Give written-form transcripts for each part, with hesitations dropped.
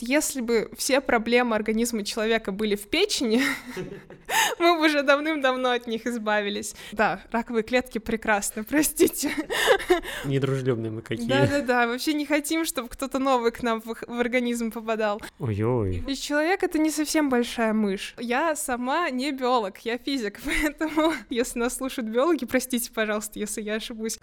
если бы все проблемы организма человека были в печени, мы бы уже давным-давно от них избавились. Да, раковые клетки прекрасны, простите. Недружелюбные мы какие. Да-да-да, вообще не хотим, чтобы кто-то новый к нам в организм попадал. Ой-ой. И человек — это не совсем большая мышь. Я сама не биолог, я физик, поэтому, если нас слушают биологи, простите, пожалуйста, если я ошибусь.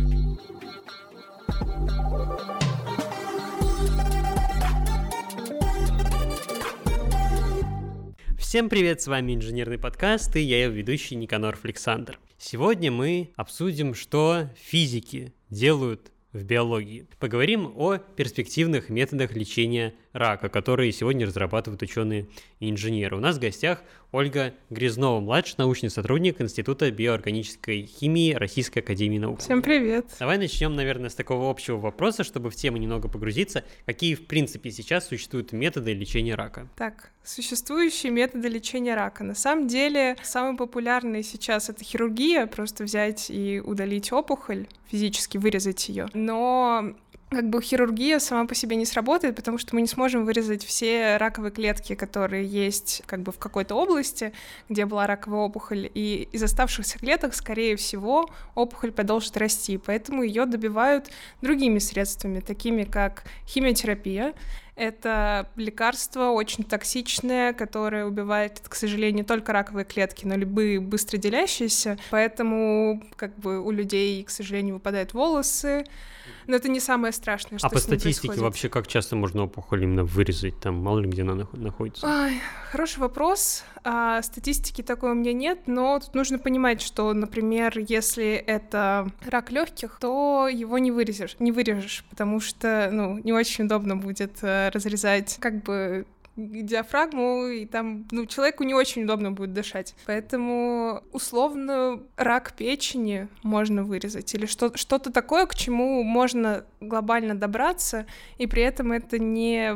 Всем привет, с вами инженерный подкаст, и я его ведущий Никанор Александр. Сегодня мы обсудим, что физики делают в биологии. Поговорим о перспективных методах лечения рака, которые сегодня разрабатывают ученые и инженеры. У нас в гостях Ольга Грязнова, младший научный сотрудник Института биоорганической химии Российской академии наук. Всем привет! Давай начнем, наверное, с такого общего вопроса, чтобы в тему немного погрузиться. Какие, в принципе, сейчас существуют методы лечения рака? Так, существующие методы лечения рака. На самом деле, самый популярный сейчас — это хирургия, просто взять и удалить опухоль, физически вырезать ее. Но хирургия сама по себе не сработает, потому что мы не сможем вырезать все раковые клетки, которые есть в какой-то области, где была раковая опухоль, и из оставшихся клеток, скорее всего, опухоль продолжит расти, поэтому ее добивают другими средствами, такими как химиотерапия. Это лекарство очень токсичное, которое убивает, к сожалению, не только раковые клетки, но любые быстро делящиеся, поэтому у людей, к сожалению, выпадают волосы. Но это не самое страшное, что с ним происходит. А по статистике вообще как часто можно опухоль именно вырезать? Там мало ли где она находится. Ой, хороший вопрос. Статистики такой у меня нет, но тут нужно понимать, что, например, если это рак легких, то его не вырежешь, потому что, не очень удобно будет разрезать диафрагму, и там, человеку не очень удобно будет дышать. Поэтому, условно, рак печени можно вырезать, или что-то такое, к чему можно глобально добраться, и при этом это не...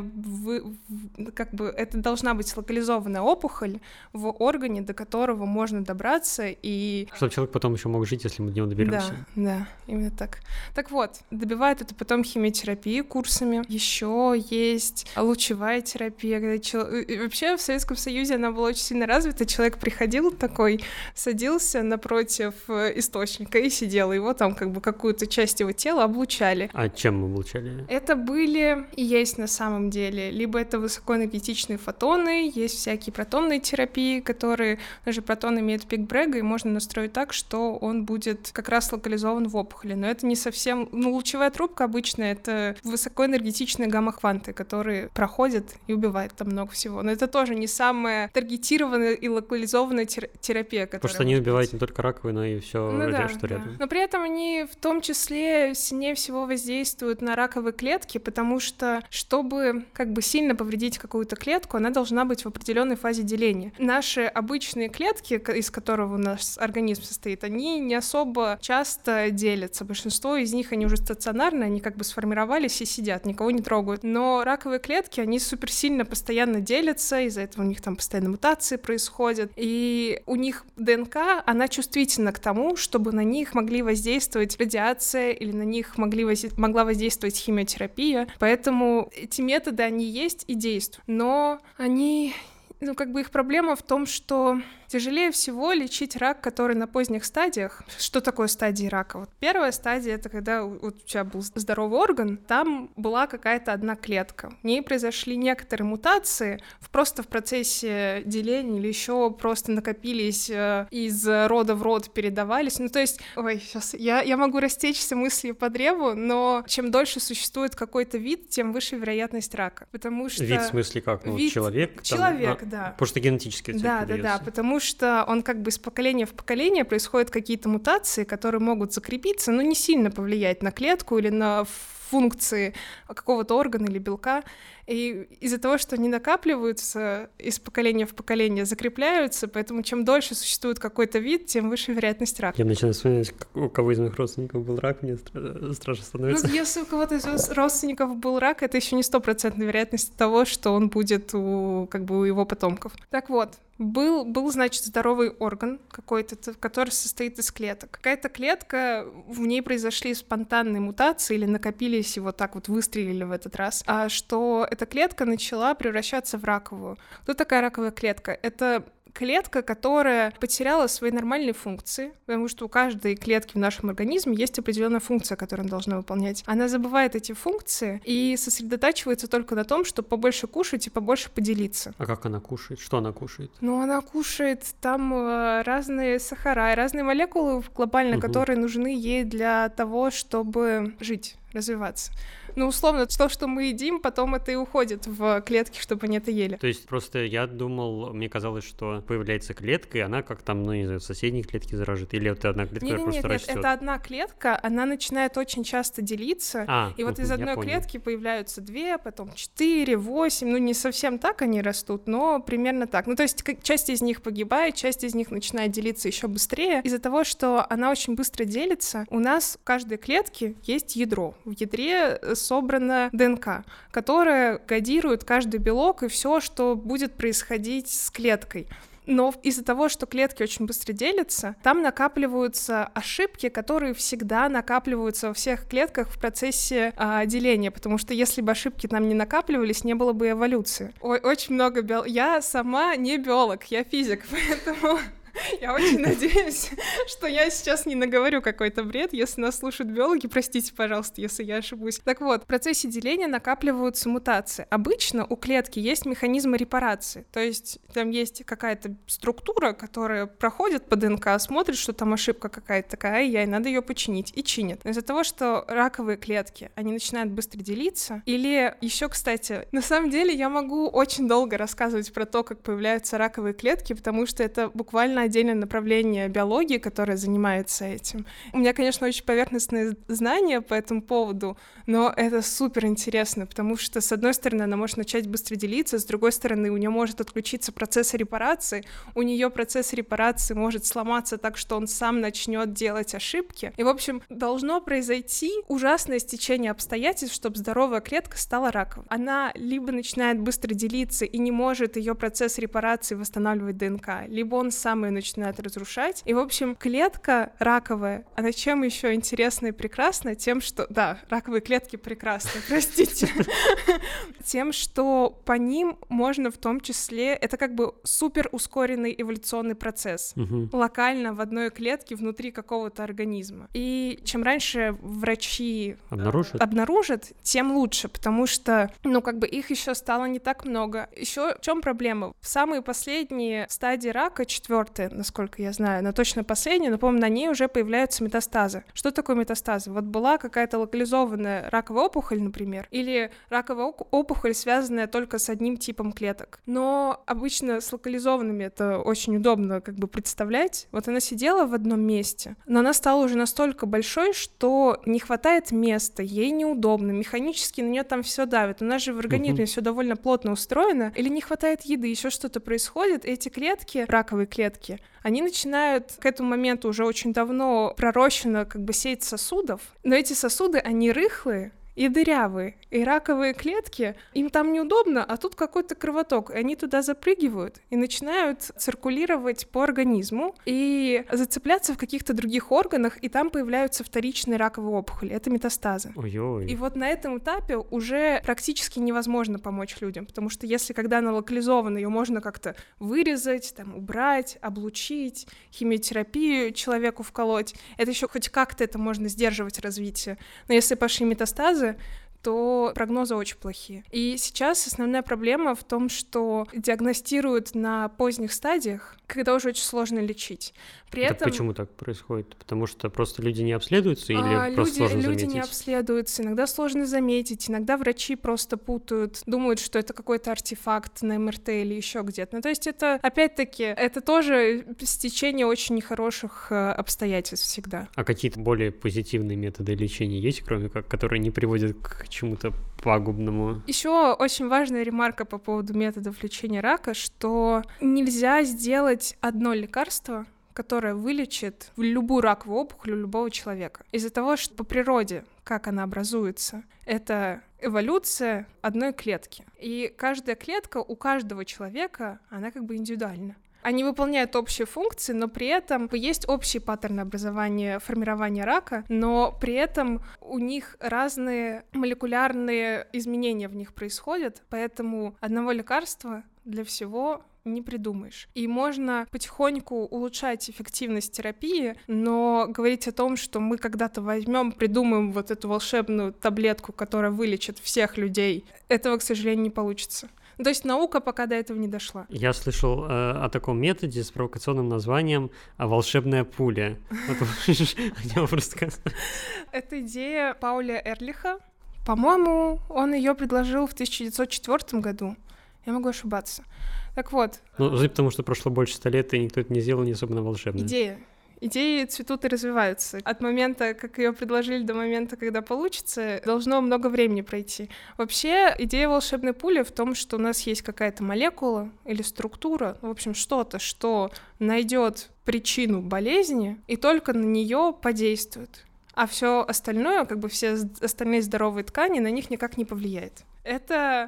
это должна быть локализованная опухоль в органе, до которого можно добраться, и... Чтобы человек потом еще мог жить, если мы до него доберемся. Да, именно так. Так вот, добивают это потом химиотерапией курсами. Еще есть лучевая терапия, вообще в Советском Союзе она была очень сильно развита. Человек приходил такой, садился напротив источника и сидел. Его там какую-то часть его тела облучали. А чем облучали? Это были и есть на самом деле. Либо это высокоэнергетичные фотоны, есть всякие протонные терапии, которые... Даже протон имеет пик Брега, и можно настроить так, что он будет как раз локализован в опухоли. Но это не совсем... лучевая трубка обычно — это высокоэнергетичные гамма-кванты, которые проходят и убивают там много всего. Но это тоже не самая таргетированная и локализованная терапия, которая... Потому что они убивают не только раковые, но и все, что рядом. Но при этом они в том числе сильнее всего воздействуют на раковые клетки, потому что, чтобы сильно повредить какую-то клетку, она должна быть в определенной фазе деления. Наши обычные клетки, из которых у нас организм состоит, они не особо часто делятся. Большинство из них, они уже стационарные, они сформировались и сидят, никого не трогают. Но раковые клетки, они суперсильно постоянно делятся, из-за этого у них там постоянно мутации происходят, и у них ДНК, она чувствительна к тому, чтобы на них могли воздействовать радиация или на них могла воздействовать химиотерапия, поэтому эти методы, они есть и действуют, но они... их проблема в том, что тяжелее всего лечить рак, который на поздних стадиях. Что такое стадии рака? Первая стадия — это когда у тебя был здоровый орган, там была какая-то одна клетка. В ней произошли некоторые мутации, просто в процессе деления или еще просто накопились из рода в род, передавались. Сейчас я могу растечься мыслью по древу, но чем дольше существует какой-то вид, тем выше вероятность рака. Потому что... Вид в смысле как? Человек? Человек, да. Потому что генетически Да, потому что он из поколения в поколение происходят какие-то мутации, которые могут закрепиться, но не сильно повлиять на клетку или на функции какого-то органа или белка. И из-за того, что они накапливаются из поколения в поколение, закрепляются, поэтому чем дольше существует какой-то вид, тем выше вероятность рака. Я начинаю вспоминать, у кого из моих родственников был рак, мне страшно становится. Если у кого-то из родственников был рак, это еще не 100% вероятность того, что он будет у его потомков. Так вот, был, значит, здоровый орган какой-то, который состоит из клеток. Какая-то клетка, в ней произошли спонтанные мутации или накопились, и выстрелили в этот раз, что эта клетка начала превращаться в раковую. Кто такая раковая клетка? Это клетка, которая потеряла свои нормальные функции, потому что у каждой клетки в нашем организме есть определенная функция, которую она должна выполнять. Она забывает эти функции и сосредотачивается только на том, чтобы побольше кушать и побольше поделиться. А как она кушает? Что она кушает? Ну, она кушает там разные сахара, разные молекулы глобально, которые нужны ей для того, чтобы жить, развиваться. Ну, условно, то, что мы едим, потом это и уходит в клетки, чтобы они это ели. То есть просто я думал, мне казалось, что появляется клетка, и она как там, ну, не знаю, соседние клетки заражает, или это одна клетка просто растет? Нет, это одна клетка, она начинает очень часто делиться, и вот из одной клетки появляются 2, потом 4, 8, ну, не совсем так они растут, но примерно так. Ну, то есть часть из них погибает, часть из них начинает делиться еще быстрее. Из-за того, что она очень быстро делится, у нас в каждой клетке есть ядро. В ядре собрана ДНК, которая кодирует каждый белок и все, что будет происходить с клеткой. Но из-за того, что клетки очень быстро делятся, там накапливаются ошибки, которые всегда накапливаются во всех клетках в процессе деления, потому что если бы ошибки там не накапливались, не было бы эволюции. Очень много Я сама не биолог, я физик, поэтому... Я очень надеюсь, что я сейчас не наговорю какой-то бред. Если нас слушают биологи, простите, пожалуйста, если я ошибусь. Так вот, в процессе деления накапливаются мутации. Обычно у клетки есть механизмы репарации, то есть там есть какая-то структура, которая проходит по ДНК, смотрит, что там ошибка какая-то такая, и надо ее починить, и чинит. Но из-за того, что раковые клетки, они начинают быстро делиться, или еще, кстати, на самом деле я могу очень долго рассказывать про то, как появляются раковые клетки, потому что это буквально отдельное направление биологии, которое занимается этим. У меня, конечно, очень поверхностные знания по этому поводу, но это супер интересно, потому что, с одной стороны, она может начать быстро делиться, с другой стороны, у нее может отключиться процесс репарации, у нее процесс репарации может сломаться так, что он сам начнет делать ошибки. И, в общем, должно произойти ужасное стечение обстоятельств, чтобы здоровая клетка стала раковой. Она либо начинает быстро делиться и не может ее процесс репарации восстанавливать ДНК, либо он сам ее начинает разрушать. И, в общем, клетка раковая, она чем еще интересна и прекрасна? Тем, что... Да, раковые клетки прекрасны, простите. Тем, что по ним можно в том числе... Это как бы супер ускоренный эволюционный процесс. Локально в одной клетке внутри какого-то организма. И чем раньше врачи обнаружат, тем лучше, потому что, ну, как бы их еще стало не так много. Еще в чем проблема? В самые последние стадии рака, 4-я, насколько я знаю, но точно последняя, но, по-моему, на ней уже появляются метастазы. Что такое метастазы? Вот была какая-то локализованная раковая опухоль, например, или раковая опухоль, связанная только с одним типом клеток. Но обычно с локализованными это очень удобно как бы представлять. Вот она сидела в одном месте, но она стала уже настолько большой, что не хватает места, ей неудобно, механически на нее там все давит. У нас же в организме все довольно плотно устроено, или не хватает еды, еще что-то происходит, и эти клетки, раковые клетки, они начинают к этому моменту уже очень давно пророщена как бы сеть сосудов, но эти сосуды, они рыхлые и дырявые, и раковые клетки, им там неудобно, а тут какой-то кровоток, и они туда запрыгивают и начинают циркулировать по организму и зацепляться в каких-то других органах, и там появляются вторичные раковые опухоли, это метастазы. Ой-ой. И вот на этом этапе уже практически невозможно помочь людям, потому что если когда она локализована, ее можно как-то вырезать, там, убрать, облучить, химиотерапию человеку вколоть, это еще хоть как-то это можно сдерживать развитие, но если пошли метастазы, то прогнозы очень плохие. И сейчас основная проблема в том, что диагностируют на поздних стадиях, когда уже очень сложно лечить. При этом... Почему так происходит? Потому что просто люди не обследуются или просто сложно заметить? Люди не обследуются, иногда сложно заметить, иногда врачи просто путают, думают, что это какой-то артефакт на МРТ или еще где-то. Ну, то есть это, опять-таки, это тоже стечение очень нехороших обстоятельств всегда. А какие-то более позитивные методы лечения есть, кроме как, которые не приводят к чему-то пагубному? Еще очень важная ремарка по поводу методов лечения рака, что нельзя сделать одно лекарство, которое вылечит любую раковую опухоль у любого человека. Из-за того, что по природе, как она образуется, это эволюция одной клетки. И каждая клетка у каждого человека, она как бы индивидуальна. Они выполняют общие функции, но при этом есть общий паттерн образования, формирования рака, но при этом у них разные молекулярные изменения в них происходят, поэтому одного лекарства для всего не придумаешь. И можно потихоньку улучшать эффективность терапии, но говорить о том, что мы когда-то возьмем, придумаем вот эту волшебную таблетку, которая вылечит всех людей, этого, к сожалению, не получится. То есть наука пока до этого не дошла. Я слышал о таком методе с провокационным названием «волшебная пуля». Это идея Пауля Эрлиха. По-моему, он ее предложил в 1904 году. Я могу ошибаться. Так вот. Потому что прошло больше 100 лет, и никто это не сделал не особенно волшебно. Идеи цветут и развиваются. От момента, как ее предложили, до момента, когда получится, должно много времени пройти. Вообще, идея волшебной пули в том, что у нас есть какая-то молекула или структура, в общем, что-то, что найдет причину болезни и только на нее подействует. А все остальное, все остальные здоровые ткани, на них никак не повлияет. Это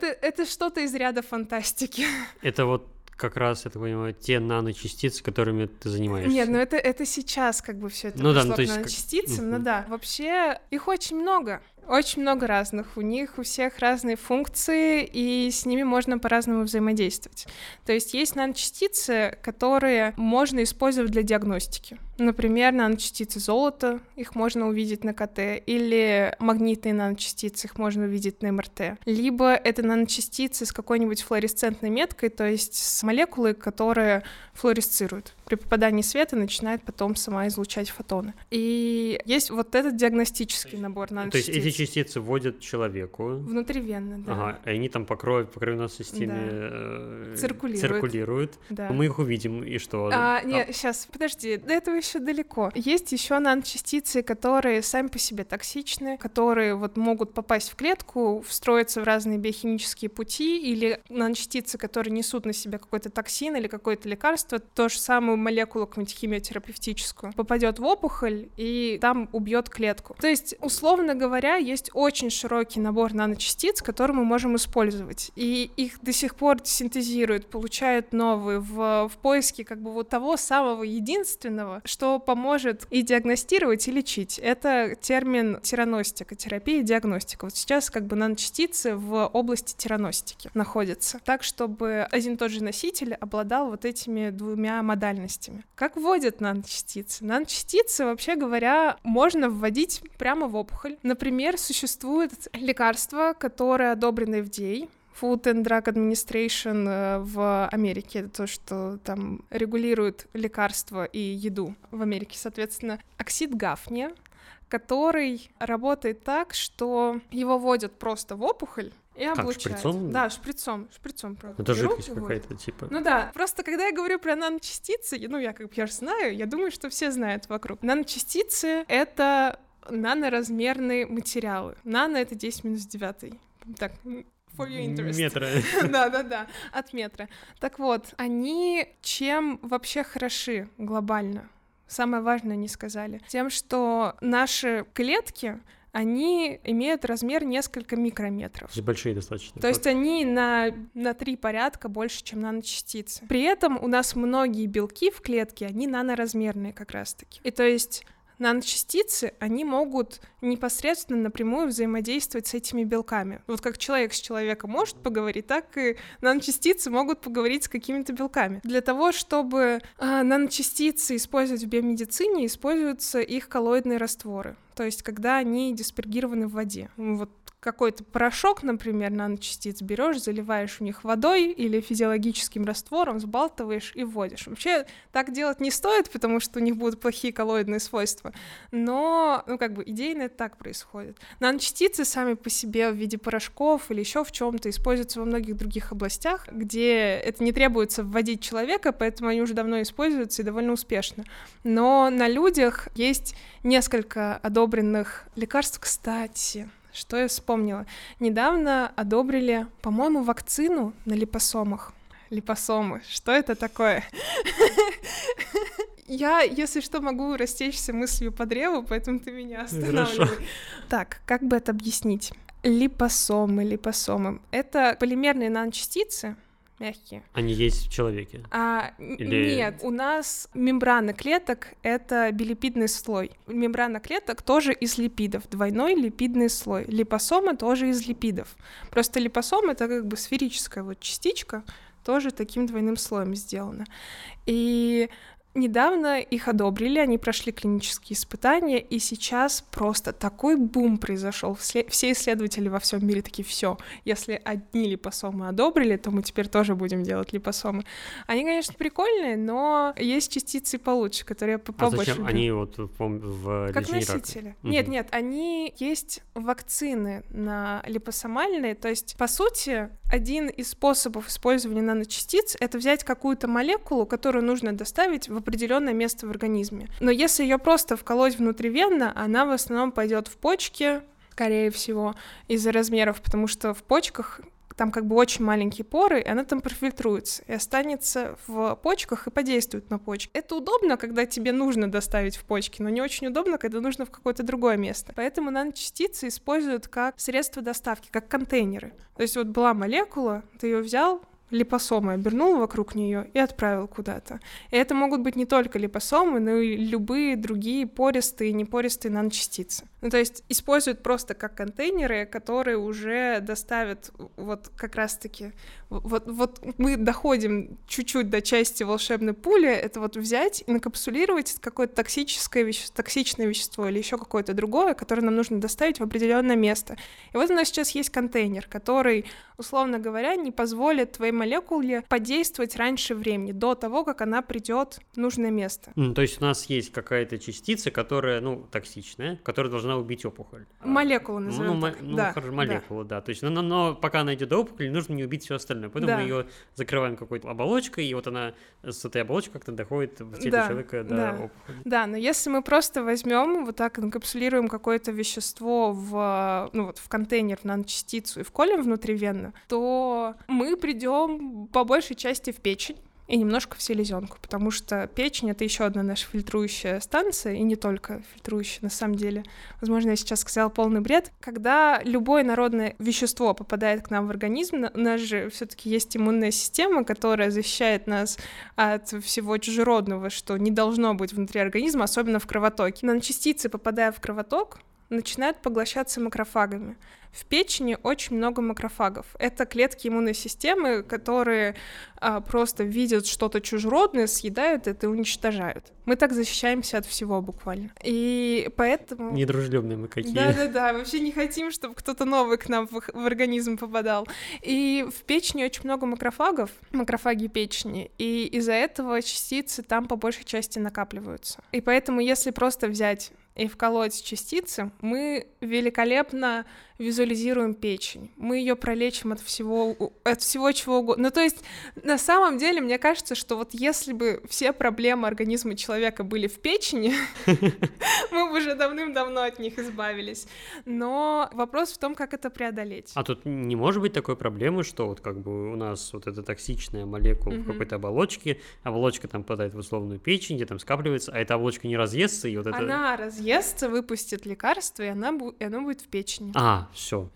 что-то из ряда фантастики. Это вот как раз, я так понимаю, те наночастицы, которыми ты занимаешься. Нет, это сейчас все это пришло к наночастицам, да. Вообще их очень много разных, у них у всех разные функции, и с ними можно по-разному взаимодействовать. То есть есть наночастицы, которые можно использовать для диагностики. Например, наночастицы золота, их можно увидеть на КТ, или магнитные наночастицы, их можно увидеть на МРТ. Либо это наночастицы с какой-нибудь флуоресцентной меткой, то есть с молекулой, которая флуоресцирует. При попадании света начинает потом сама излучать фотоны. И есть вот этот диагностический набор наночастиц. То есть эти частицы вводят человеку. Внутривенно, да. Ага, и они там по кровеносной системе циркулируют. Да. Мы их увидим, и что? Нет, сейчас, подожди, до этого еще далеко. Есть еще наночастицы, которые сами по себе токсичны, которые могут попасть в клетку, встроиться в разные биохимические пути, или наночастицы, которые несут на себе какой-то токсин или какое-то лекарство, то же самую молекулу какую-нибудь химиотерапевтическую, попадет в опухоль и там убьет клетку. То есть, условно говоря, есть очень широкий набор наночастиц, которые мы можем использовать, и их до сих пор синтезируют, получают новые в поиске того самого единственного, что поможет и диагностировать, и лечить. Это термин тераностика, терапия и диагностика. Вот сейчас наночастицы в области тераностики находятся, так, чтобы один и тот же носитель обладал этими двумя модальностями. Как вводят наночастицы? Наночастицы, вообще говоря, можно вводить прямо в опухоль. Например, существует лекарство, которое одобрено FDA, Food and Drug Administration в Америке, это то, что там регулирует лекарства и еду в Америке, соответственно, оксид гафния, который работает так, что его вводят просто в опухоль и облучают. Шприцом? Да, шприцом. Это жидкость какая-то, типа. Ну да, просто когда я говорю про наночастицы, я же знаю, я думаю, что все знают вокруг. Наночастицы — это наноразмерные материалы. Нано — это 10⁻⁹. Так, for your interest. Метра. Да, от метра. Так вот, они чем вообще хороши глобально? Самое важное не сказали. Тем, что наши клетки, они имеют размер несколько микрометров. Большие достаточно. То есть они на 3 порядка больше, чем наночастицы. При этом у нас многие белки в клетке, они наноразмерные как раз-таки. И то есть наночастицы, они могут непосредственно напрямую взаимодействовать с этими белками. Вот как человек с человеком может поговорить, так и наночастицы могут поговорить с какими-то белками. Для того, чтобы наночастицы использовать в биомедицине, используются их коллоидные растворы. То есть когда они диспергированы в воде. Вот какой-то порошок, например, наночастиц берешь, заливаешь в них водой или физиологическим раствором, взбалтываешь и вводишь. Вообще так делать не стоит, потому что у них будут плохие коллоидные свойства, но, идейно это так происходит. Наночастицы сами по себе в виде порошков или еще в чем-то используются во многих других областях, где это не требуется вводить человека, поэтому они уже давно используются и довольно успешно. Но на людях есть несколько одобренных лекарств, кстати. Что я вспомнила? Недавно одобрили, по-моему, вакцину на липосомах. Липосомы. Что это такое? Я, если что, могу растечься мыслью по древу, поэтому ты меня останавливай. Так, как бы это объяснить? Липосомы. Это полимерные наночастицы, мягкие. Они есть в человеке? Нет, у нас мембрана клеток — это билипидный слой. Мембрана клеток тоже из липидов, двойной липидный слой. Липосома тоже из липидов. Просто липосома — это как бы сферическая вот частичка, тоже таким двойным слоем сделана. И недавно их одобрили, они прошли клинические испытания, и сейчас просто такой бум произошел. Все исследователи во всем мире такие: все, если одни липосомы одобрили, то мы теперь тоже будем делать липосомы. Они, конечно, прикольные, но есть частицы получше, которые побольше. А зачем? Люблю. Они вот в как лечении носители. рака? Нет, они есть вакцины на липосомальные, то есть, по сути, один из способов использования наночастиц — это взять какую-то молекулу, которую нужно доставить в определенное место в организме. Но если ее просто вколоть внутривенно, она в основном пойдет в почки, скорее всего, из-за размеров, потому что в почках там как бы очень маленькие поры, и она там профильтруется и останется в почках и подействует на почки. Это удобно, когда тебе нужно доставить в почки, но не очень удобно, когда нужно в какое-то другое место. Поэтому наночастицы используют как средство доставки, как контейнеры. То есть вот была молекула, ты ее взял, липосомы обернул вокруг нее и отправил куда-то. И это могут быть не только липосомы, но и любые другие пористые и непористые наночастицы. Ну, то есть используют просто как контейнеры, которые уже доставят вот как раз-таки... Вот мы доходим чуть-чуть до части волшебной пули, это вот взять и накапсулировать какое-то токсичное вещество или еще какое-то другое, которое нам нужно доставить в определенное место. И вот у нас сейчас есть контейнер, который, условно говоря, не позволит твоей молекуле подействовать раньше времени, до того, как она придет в нужное место. То есть у нас есть какая-то частица, которая, токсичная, которая должна убить опухоль. Молекула назовем так. Да, хорошо, молекула, да. То есть, но пока она идет до опухоли, нужно не убить все остальное. Поэтому мы ее закрываем какой-то оболочкой, и вот она с этой оболочкой как-то доходит в теле человека до опухоли. Да, но если мы просто возьмем вот так инкапсулируем какое-то вещество в контейнер, в наночастицу и вколем внутривенно, то мы придем по большей части в печень и немножко в селезенку, потому что печень — это еще одна наша фильтрующая станция, и не только фильтрующая, на самом деле. Возможно, я сейчас сказала полный бред. Когда любое инородное вещество попадает к нам в организм, у нас же все-таки есть иммунная система, которая защищает нас от всего чужеродного, что не должно быть внутри организма, особенно в кровотоке. Наночастицы, попадая в кровоток, начинают поглощаться макрофагами. В печени очень много макрофагов. Это клетки иммунной системы, которые просто видят что-то чужеродное, съедают это и уничтожают. Мы так защищаемся от всего буквально. И поэтому... Недружелюбные мы какие. Да-да-да, вообще не хотим, чтобы кто-то новый к нам в организм попадал. И в печени очень много макрофагов, макрофаги печени, и из-за этого частицы там по большей части накапливаются. И поэтому если просто взять и вколоть частицы, мы великолепно визуализируем печень. Мы ее пролечим от всего чего угодно. Ну, то есть, на самом деле, мне кажется, что вот если бы все проблемы организма человека были в печени, мы бы уже давным-давно от них избавились. Но вопрос в том, как это преодолеть. А тут не может быть такой проблемы, что вот как бы у нас вот эта токсичная молекула в какой-то оболочке, оболочка там попадает в условную печень, где там скапливается, а эта оболочка не разъестся, и вот это... Она разъестся, выпустит лекарство, и оно будет в печени. Все.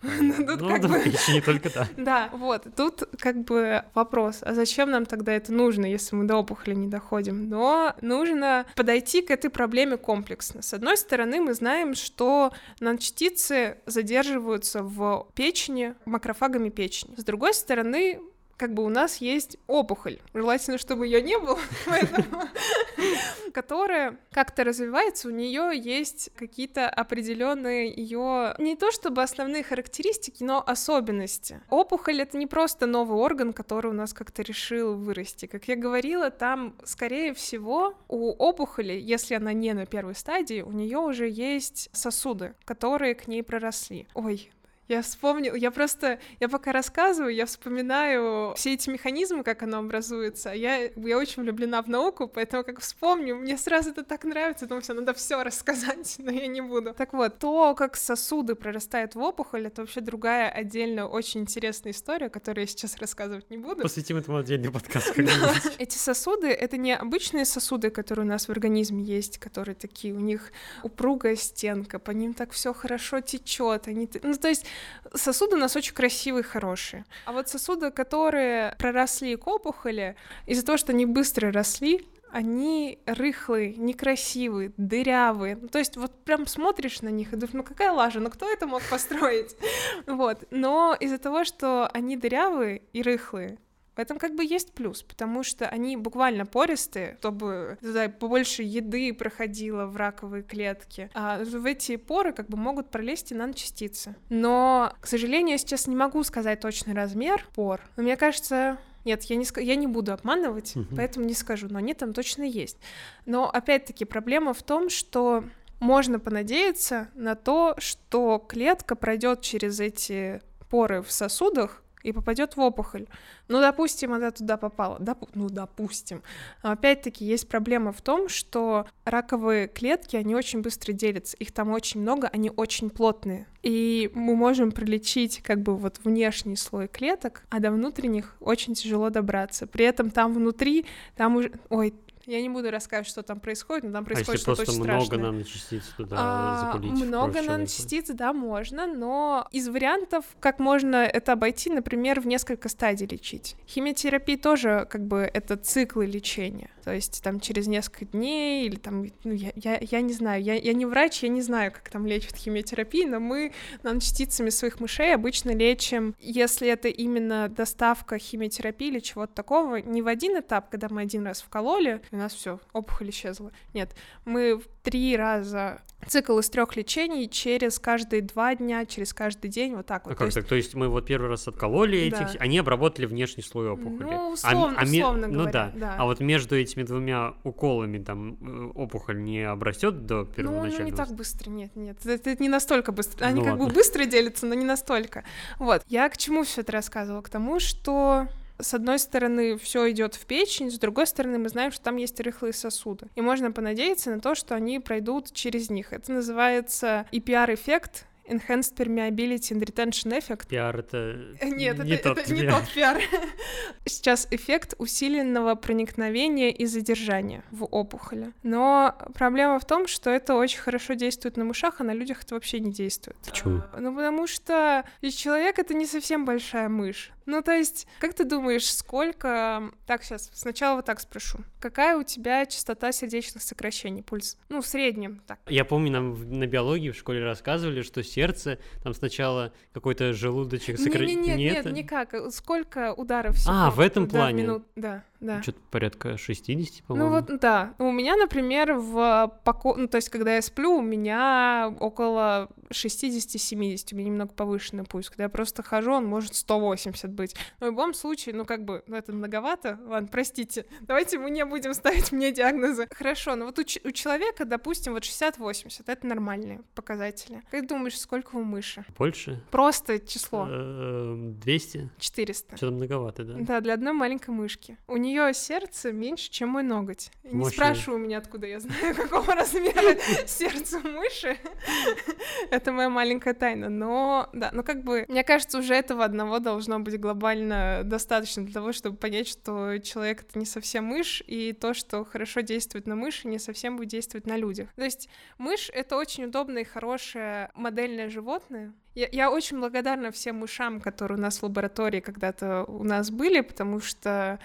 В печени только так. Да, вот. Тут как бы вопрос, а зачем нам тогда это нужно, если мы до опухоли не доходим? Но нужно подойти к этой проблеме комплексно. С одной стороны, мы знаем, что наночастицы задерживаются в печени макрофагами печени. С другой стороны, как бы у нас есть опухоль, желательно, чтобы ее не было, которая как-то развивается, у нее есть какие-то определенные ее не то чтобы основные характеристики, но особенности. Опухоль — это не просто новый орган, который у нас как-то решил вырасти. Как я говорила, там, скорее всего, у опухоли, если она не на первой стадии, у нее уже есть сосуды, которые к ней проросли. Я вспомнила, я пока рассказываю, я вспоминаю все эти механизмы, как оно образуется. Я очень влюблена в науку, поэтому как вспомню, мне сразу это так нравится, думаю, надо все рассказать, но я не буду. Так вот, то, как сосуды прорастают в опухоль, это вообще другая отдельная, очень интересная история, которую я сейчас рассказывать не буду. Посвятим этому отдельный подкаст. Эти сосуды — это не обычные сосуды, которые у нас в организме есть, которые такие, у них упругая стенка, по ним так все хорошо течет. То есть сосуды у нас очень красивые, хорошие. А вот сосуды, которые проросли к опухоли, из-за того, что они быстро росли, они рыхлые, некрасивые, дырявые. То есть вот прям смотришь на них и думаешь, ну какая лажа, ну кто это мог построить? Вот. Но из-за того, что они дырявые и рыхлые, в этом как бы есть плюс, потому что они буквально пористые, чтобы туда побольше еды проходило в раковые клетки, а в эти поры как бы могут пролезть и наночастицы. Но, к сожалению, я сейчас не могу сказать точный размер пор, но мне кажется... Нет, я не буду обманывать, поэтому не скажу, но они там точно есть. Но, опять-таки, проблема в том, что можно понадеяться на то, что клетка пройдет через эти поры в сосудах и попадет в опухоль. Ну, допустим, она туда попала. Допустим. Но опять-таки есть проблема в том, что раковые клетки, они очень быстро делятся. Их там очень много, они очень плотные. И мы можем пролечить как бы вот внешний слой клеток, а до внутренних очень тяжело добраться. При этом там внутри, там уже... Я не буду рассказывать, что там происходит, но там происходит что-то очень страшное. Если просто много наночастиц туда запулить? Много наночастиц, да, можно, но из вариантов, как можно это обойти, например, в несколько стадий лечить. Химиотерапия тоже как бы это циклы лечения, то есть там через несколько дней или там, я не знаю, я не врач, я не знаю, как там лечат химиотерапию, но мы наночастицами своих мышей обычно лечим, если это именно доставка химиотерапии или чего-то такого, не в один этап, когда мы один раз вкололи, у нас все, опухоль исчезла. Нет, мы 3 раза цикл из 3 лечений через каждые 2 дня, через каждый день, вот так вот. Как так? То есть мы вот первый раз откололи этих, они обработали внешний слой опухоли. Ну, условно говоря, да. А вот между этими 2 уколами там опухоль не обрастет до первоначального? Ну, не так быстро, нет. Это не настолько быстро. Они как бы быстро делятся, но не настолько. Вот. Я к чему все это рассказывала? К тому, что... С одной стороны, все идет в печень, с другой стороны, мы знаем, что там есть рыхлые сосуды. И можно понадеяться на то, что они пройдут через них. Это называется EPR-эффект, Enhanced Permeability and Retention Effect. PR — это Нет, не это тот не тот PR. Сейчас эффект усиленного проникновения и задержания в опухоли. Но проблема в том, что это очень хорошо действует на мышах, а на людях это вообще не действует. Почему? Ну, потому что человек — это не совсем большая мышь. Ну, то есть, как ты думаешь, сколько... Так, сейчас, сначала вот так спрошу. Какая у тебя частота сердечных сокращений, пульс? Ну, в среднем, так. Я помню, нам на биологии в школе рассказывали, что сердце, там сначала какой-то желудочек сокращение. Нет, никак. Сколько ударов всего? В этом плане? Минут, да. Что-то порядка 60, по-моему. Ну вот, да. У меня, например, ну, то есть, когда я сплю, у меня около 60-70, у меня немного повышенный пульс. Когда я просто хожу, он может 180 быть. Но в любом случае, это многовато. Ладно, простите. Давайте мы не будем ставить мне диагнозы. Хорошо, но вот у человека, допустим, 60-80, это нормальные показатели. Как ты думаешь, сколько у мыши? Больше? Просто число. 200? 400. Что-то многовато, да? Да, для одной маленькой мышки. У нее сердце меньше, чем мой ноготь. Не спрашивай меня, откуда я знаю, какого размера сердце у мыши. Это моя маленькая тайна. Но, да, как бы, мне кажется, уже этого одного должно быть глобально достаточно для того, чтобы понять, что человек — это не совсем мышь, и то, что хорошо действует на мыши, не совсем будет действовать на людях. То есть мышь — это очень удобное и хорошее модельное животное. Я очень благодарна всем мышам, которые у нас в лаборатории когда-то у нас были, потому что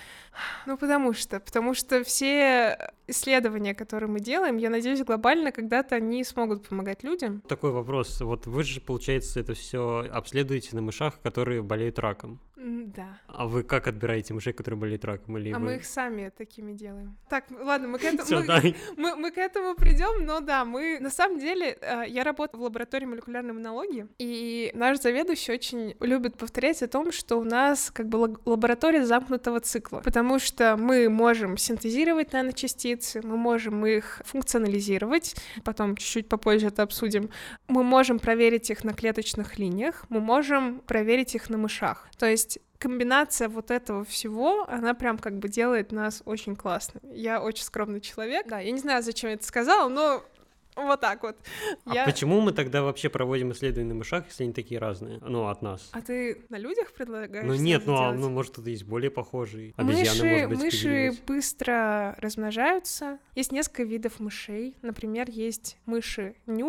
все исследования, которые мы делаем, я надеюсь, глобально когда-то они смогут помогать людям. Такой вопрос. Вот вы же, получается, это все обследуете на мышах, которые болеют раком. Да. А вы как отбираете мышей, которые болеют раком? Мы их сами такими делаем. Так, ладно, мы к этому придем, но да, мы на самом деле, я работаю в лаборатории молекулярной иммунологии, и наш заведующий очень любит повторять о том, что у нас как бы лаборатория замкнутого цикла, потому что мы можем синтезировать наночастицы, мы можем их функционализировать, потом чуть-чуть попозже это обсудим, мы можем проверить их на клеточных линиях, мы можем проверить их на мышах. То есть комбинация вот этого всего, она прям как бы делает нас очень классными. Я очень скромный человек. Да, я не знаю, зачем я это сказала, но вот так вот. Почему мы тогда вообще проводим исследования на мышах, если они такие разные? От нас. А ты на людях предлагаешь? Нет, может, тут есть более похожие. Обезьяны, может быть, мыши быстро размножаются. Есть несколько видов мышей. Например, есть мыши-нюды.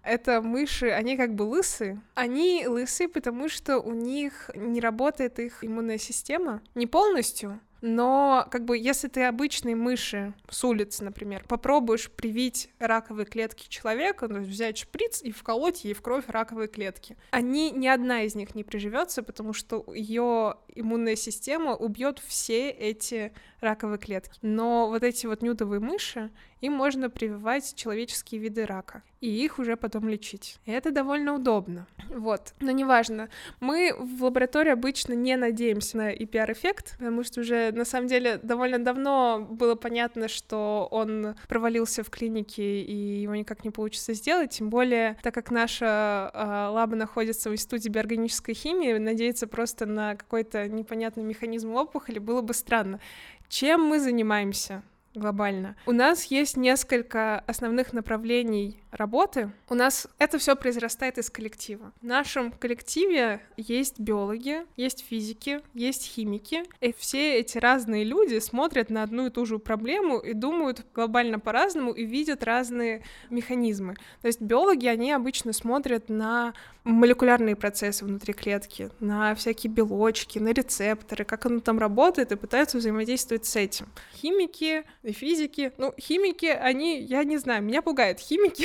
Это мыши, они как бы лысые. Они лысые, потому что у них не работает их иммунная система. Не полностью, но как бы если ты обычной мыши с улицы, например, попробуешь привить раковые клетки человека, то есть взять шприц и вколоть ей в кровь раковые клетки, ни одна из них не приживется, потому что ее иммунная система убьет все эти раковые клетки. Но вот эти вот нюдовые мыши, им можно прививать человеческие виды рака, и их уже потом лечить. И это довольно удобно. Вот. Но неважно. Мы в лаборатории обычно не надеемся на EPR-эффект, потому что уже, на самом деле, довольно давно было понятно, что он провалился в клинике, и его никак не получится сделать, тем более, так как наша лаба находится в Институте биоорганической химии, надеяться просто на какой-то непонятный механизм опухоли было бы странно. Чем мы занимаемся глобально? У нас есть несколько основных направлений работы. У нас это все произрастает из коллектива. В нашем коллективе есть биологи, есть физики, есть химики, и все эти разные люди смотрят на одну и ту же проблему и думают глобально по-разному и видят разные механизмы. То есть биологи, они обычно смотрят на молекулярные процессы внутри клетки, на всякие белочки, на рецепторы, как оно там работает, и пытаются взаимодействовать с этим. Химики и физики, химики, они, я не знаю, меня пугают химики,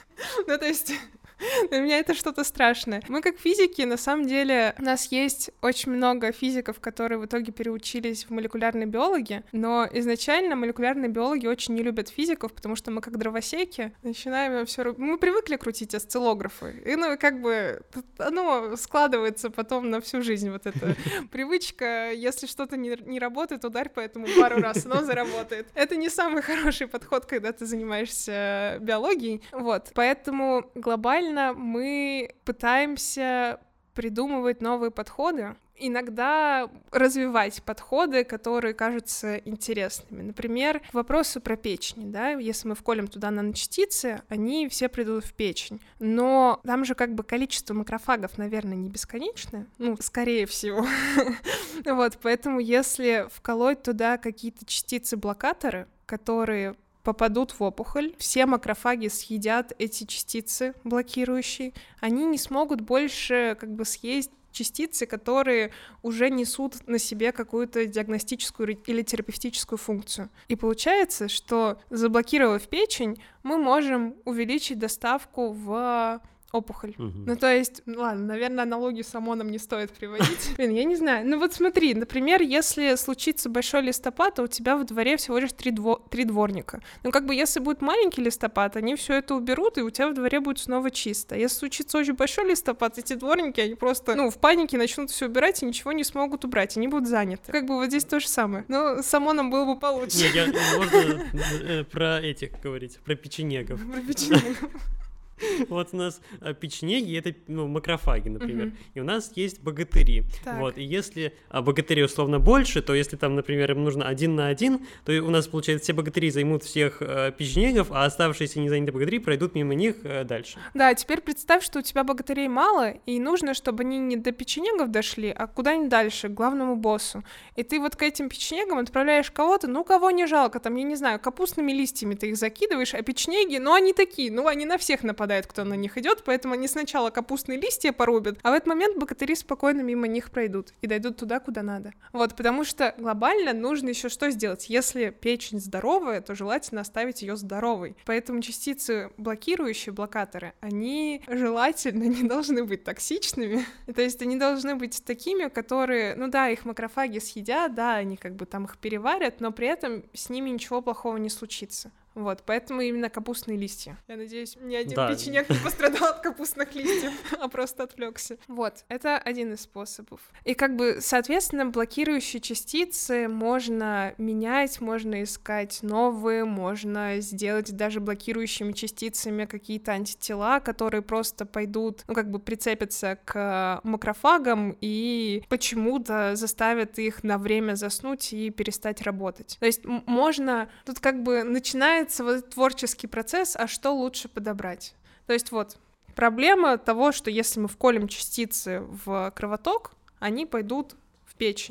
то есть для меня это что-то страшное. Мы как физики, на самом деле, у нас есть очень много физиков, которые в итоге переучились в молекулярные биологи, но изначально молекулярные биологи очень не любят физиков, потому что мы как дровосеки начинаем все... Мы привыкли крутить осциллографы, и как бы оно складывается потом на всю жизнь, вот эта привычка. Если что-то не работает, ударь по этому пару раз, оно заработает. Это не самый хороший подход, когда ты занимаешься биологией. Вот, поэтому глобально мы пытаемся придумывать новые подходы, иногда развивать подходы, которые кажутся интересными. Например, к вопросу про печень, да, если мы вколем туда наночастицы, они все придут в печень, но там же как бы количество макрофагов, наверное, не бесконечное, скорее всего. Вот, поэтому если вколоть туда какие-то частицы-блокаторы, которые попадут в опухоль, все макрофаги съедят эти частицы блокирующие, они не смогут больше как бы съесть частицы, которые уже несут на себе какую-то диагностическую или терапевтическую функцию. И получается, что заблокировав печень, мы можем увеличить доставку в опухоль. То есть, ладно, наверное, аналогию с ОМОНом не стоит приводить. Я не знаю. Вот смотри, например, если случится большой листопад, то у тебя во дворе всего лишь 3 дворника. Как бы если будет маленький листопад, они все это уберут, и у тебя во дворе будет снова чисто. Если случится очень большой листопад, эти дворники, они просто, в панике начнут все убирать и ничего не смогут убрать, они будут заняты. Как бы вот здесь то же самое. Но с ОМОНом было бы получше. Можно про этих говорить, про печенегов. Про печенегов. Вот у нас печенеги — это макрофаги, например, и у нас есть богатыри. Вот, и если богатырей условно больше, то если там, например, им нужно 1 на 1, то у нас, получается, все богатыри займут всех печенегов, а оставшиеся незанятые богатыри пройдут мимо них дальше. Да, теперь представь, что у тебя богатырей мало, и нужно, чтобы они не до печенегов дошли, а куда-нибудь дальше, к главному боссу. И ты вот к этим печенегам отправляешь кого-то, кого не жалко, там, я не знаю, капустными листьями ты их закидываешь, а печенеги, они такие, они на всех нападают, кто на них идет, поэтому они сначала капустные листья порубят, а в этот момент богатыри спокойно мимо них пройдут и дойдут туда, куда надо. Вот, потому что глобально нужно еще что сделать? Если печень здоровая, то желательно оставить ее здоровой. Поэтому частицы блокирующие, блокаторы, они желательно не должны быть токсичными. То есть они должны быть такими, которые, их макрофаги съедят, да, они как бы там их переварят, но при этом с ними ничего плохого не случится. Вот, поэтому именно капустные листья. Я надеюсь, ни один печенек не пострадал от капустных листьев, а просто отвлекся. Вот, это один из способов. И как бы, соответственно, блокирующие частицы можно менять, можно искать новые, можно сделать даже блокирующими частицами какие-то антитела, которые просто пойдут, прицепятся к макрофагам и почему-то заставят их на время заснуть и перестать работать. То есть можно, тут как бы начинается вот творческий процесс, а что лучше подобрать. То есть вот проблема того, что если мы вколем частицы в кровоток, они пойдут в печень.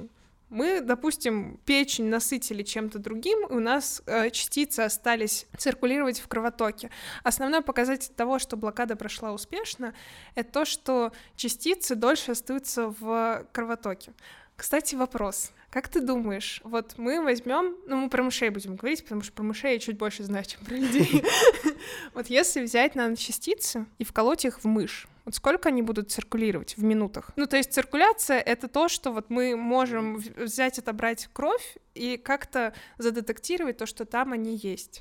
Мы, допустим, печень насытили чем-то другим, и у нас частицы остались циркулировать в кровотоке. Основной показатель того, что блокада прошла успешно, это то, что частицы дольше остаются в кровотоке. Кстати, вопрос. Как ты думаешь, вот мы возьмем, мы про мышей будем говорить, потому что про мышей я чуть больше знаю, чем про людей. Вот если взять наночастицы и вколоть их в мышь, вот сколько они будут циркулировать в минутах? То есть циркуляция — это то, что вот мы можем взять, отобрать кровь и как-то задетектировать то, что там они есть.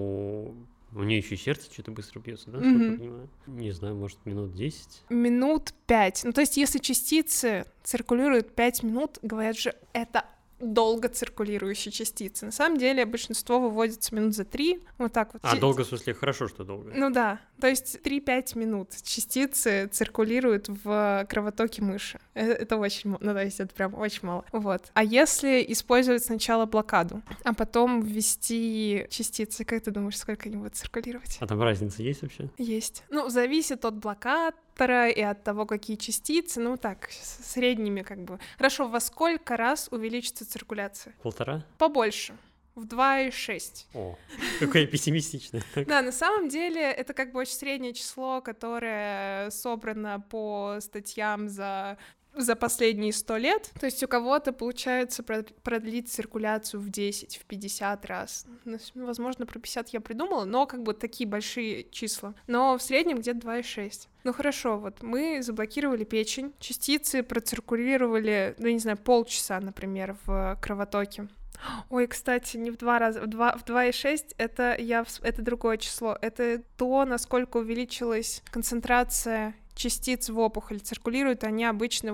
У нее еще сердце что-то быстро бьется, да, насколько я понимаю? Не знаю, может, минут 10? Минут 5. То есть если частицы циркулируют 5 минут, говорят же, это долго циркулирующие частицы. На самом деле большинство выводится минут за 3, вот так вот. Долго, в смысле, хорошо, что долго? Да, то есть 3-5 минут частицы циркулируют в кровотоке мыши. Это очень мало, то есть это прям очень мало. Вот. А если использовать сначала блокаду, а потом ввести частицы, как ты думаешь, сколько они будут циркулировать? А там разница есть вообще? Есть. Зависит от блокатора и от того, какие частицы, так, средними как бы. Хорошо, во сколько раз увеличится циркуляция? 1,5? Побольше. В 2,6. О, какое пессимистичное. Да, на самом деле это как бы очень среднее число, которое собрано по статьям за последние 100 лет. То есть у кого-то получается продлить циркуляцию в 10, в 50 раз. Возможно, про 50 я придумала, но как бы такие большие числа. Но в среднем где-то 2,6. Хорошо, вот мы заблокировали печень, частицы проциркулировали, полчаса, например, в кровотоке. Ой, кстати, не в 2 раза, в 2,6 это другое число. Это то, насколько увеличилась концентрация частиц в опухоли. Циркулируют они обычно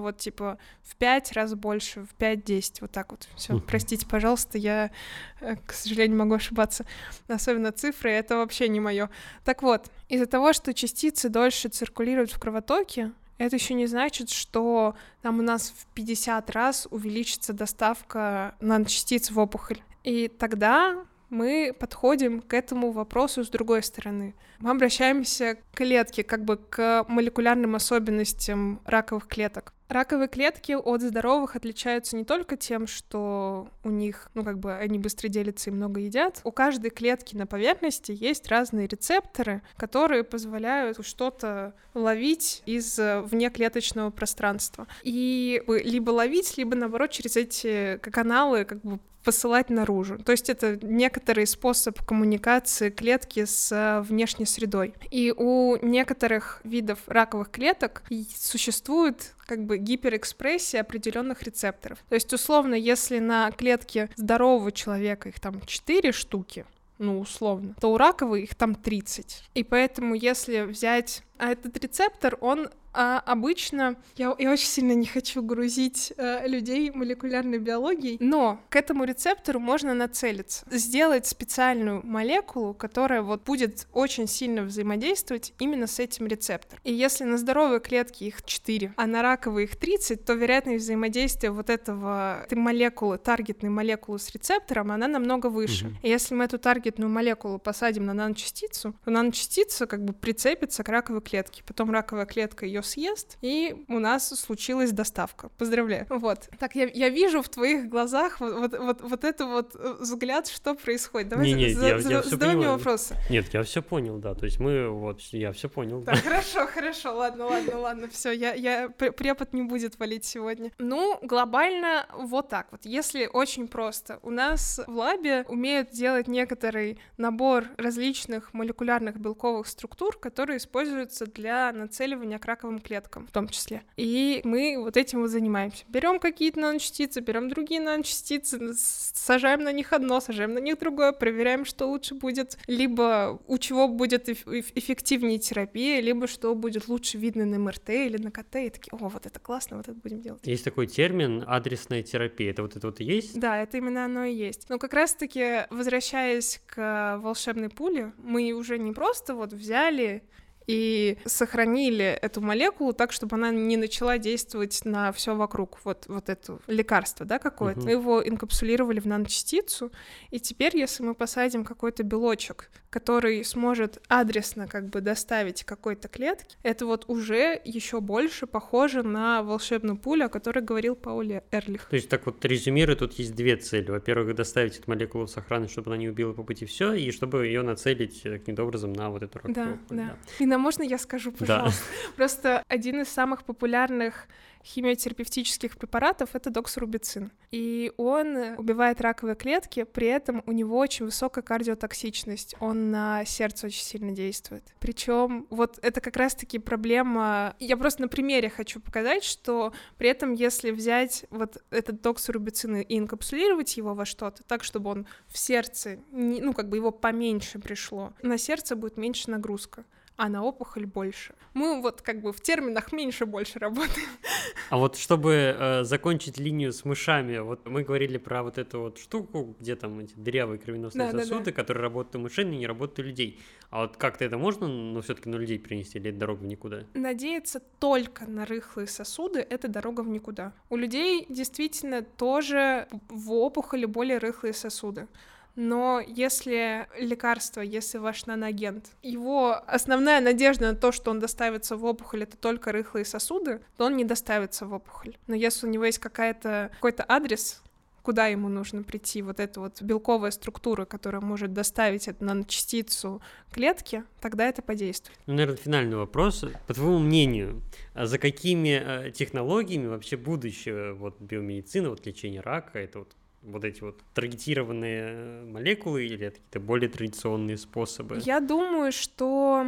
в 5 раз больше, в 5-10, вот так вот. Все, простите, пожалуйста, я, к сожалению, могу ошибаться. Особенно цифры, это вообще не мое. Так вот, из-за того, что частицы дольше циркулируют в кровотоке, это еще не значит, что там у нас в 50 раз увеличится доставка наночастиц в опухоль. И тогда мы подходим к этому вопросу с другой стороны. Мы обращаемся к клетке, как бы к молекулярным особенностям раковых клеток. Раковые клетки от здоровых отличаются не только тем, что у них, они быстро делятся и много едят. У каждой клетки на поверхности есть разные рецепторы, которые позволяют что-то ловить из внеклеточного пространства. И либо ловить, либо, наоборот, через эти каналы посылать наружу. То есть это некоторый способ коммуникации клетки с внешней средой. И у некоторых видов раковых клеток существует гиперэкспрессия определенных рецепторов. То есть, условно, если на клетке здорового человека их там 4 штуки, условно, то у раковой их там 30. И поэтому, если взять этот рецептор, он обычно... Я очень сильно не хочу грузить людей молекулярной биологией, но к этому рецептору можно нацелиться. Сделать специальную молекулу, которая будет очень сильно взаимодействовать именно с этим рецептором. И если на здоровой клетке их 4, а на раковой их 30, то вероятность взаимодействия этой молекулы, таргетной молекулы с рецептором, она намного выше. И если мы эту таргетную молекулу посадим на наночастицу, то наночастица прицепится к раковой клетке. Потом раковая клетка ее съест, и у нас случилась доставка. Поздравляю. Вот. Так, я вижу в твоих глазах вот этот взгляд, что происходит. Давай задавай мне вопросы. Нет, я все понял, да. То есть я все понял. Так, хорошо, ладно, все, препод не будет валить сегодня. Глобально вот так вот. Если очень просто, у нас в лабе умеют делать некоторый набор различных молекулярных белковых структур, которые используются для нацеливания к раковым клеткам в том числе. И мы этим занимаемся. Берем какие-то наночастицы, берем другие наночастицы, сажаем на них одно, сажаем на них другое, проверяем, что лучше будет, либо у чего будет эффективнее терапия, либо что будет лучше видно на МРТ или на КТ, и такие, вот это классно, вот это будем делать. Есть такой термин адресная терапия, это и есть? Да, это именно оно и есть. Но как раз-таки, возвращаясь к волшебной пуле, мы уже не просто взяли и сохранили эту молекулу так, чтобы она не начала действовать на все вокруг, вот это лекарство, да, какое-то. Мы его инкапсулировали в наночастицу, и теперь, если мы посадим какой-то белочек, который сможет адресно как бы доставить какой-то клетке, это вот уже еще больше похоже на волшебную пулю, о которой говорил Паули Эрлих. То есть так вот резюмируя, тут есть две цели. Во-первых, доставить эту молекулу в сохранность, чтобы она не убила по пути все, и чтобы ее нацелить каким-то образом на вот эту раковую пулю. Да. Инна, можно я скажу, пожалуйста? Да. Просто один из самых популярных химиотерапевтических препаратов — это доксорубицин. И он убивает раковые клетки, при этом у него очень высокая кардиотоксичность, он на сердце очень сильно действует. Причем вот это как раз-таки проблема... Я просто на примере хочу показать, что при этом если взять вот этот доксорубицин и инкапсулировать его во что-то так, чтобы он в сердце, ну как бы его поменьше пришло, на сердце будет меньше нагрузка, а на опухоль больше. Мы вот как бы в терминах меньше-больше работаем. А вот чтобы закончить линию с мышами, вот мы говорили про вот эту вот штуку, где там эти дырявые кровеносные сосуды, которые работают у мышей, но не работают у людей. А вот как-то это можно, но все-таки на людей принести, или это дорога в никуда? Надеяться только на рыхлые сосуды — это дорога в никуда. У людей действительно тоже в опухоли более рыхлые сосуды. Но если лекарство, если ваш наноагент, его основная надежда на то, что он доставится в опухоль, это только рыхлые сосуды, то он не доставится в опухоль. Но если у него есть какой-то адрес, куда ему нужно прийти, вот эта вот белковая структура, которая может доставить эту наночастицу клетки, тогда это подействует. Ну, наверное, финальный вопрос. По твоему мнению, за какими технологиями вообще будущее вот биомедицины, вот лечение рака, это вот эти вот таргетированные молекулы или это какие-то более традиционные способы? Я думаю, что...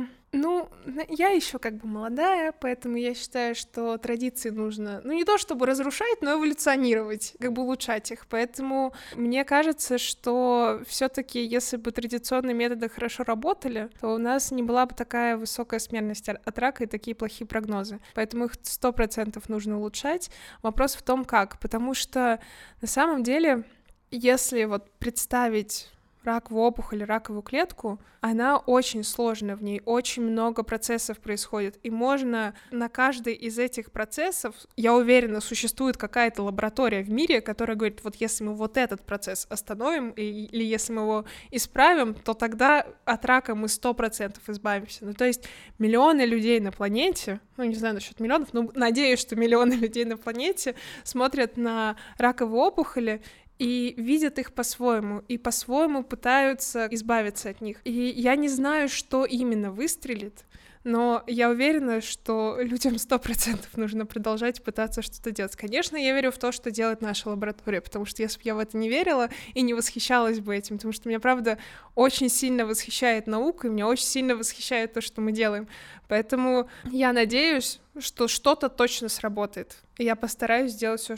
я еще как бы молодая, поэтому я считаю, что традиции нужно, не то чтобы разрушать, но эволюционировать, как бы улучшать их. Поэтому мне кажется, что все-таки, если бы традиционные методы хорошо работали, то у нас не была бы такая высокая смертность от рака и такие плохие прогнозы. Поэтому их 100% нужно улучшать. Вопрос в том, как. Потому что на самом деле, если вот представить раковую опухоль, раковую клетку, она очень сложная, в ней очень много процессов происходит, и можно на каждый из этих процессов, я уверена, существует какая-то лаборатория в мире, которая говорит, вот если мы вот этот процесс остановим, или если мы его исправим, то тогда от рака мы 100% избавимся. То есть миллионы людей на планете, не знаю насчет миллионов, но надеюсь, что миллионы людей на планете смотрят на раковые опухоли и видят их по-своему, и по-своему пытаются избавиться от них. И я не знаю, что именно выстрелит, но я уверена, что людям 100% нужно продолжать пытаться что-то делать. Конечно, я верю в то, что делает наша лаборатория, потому что если бы я в это не верила и не восхищалась бы этим, потому что меня, правда, очень сильно восхищает наука, и меня очень сильно восхищает то, что мы делаем. Поэтому я надеюсь, что что-то точно сработает. И я постараюсь сделать все,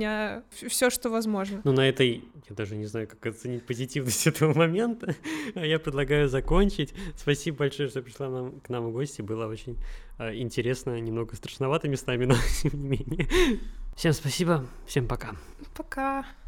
что возможно. На этой, я даже не знаю, как оценить позитивность этого момента. Я предлагаю закончить. Спасибо большое, что пришла к нам в гости. Было очень интересно, немного страшновато местами, но тем не менее. Всем спасибо, всем пока. Пока.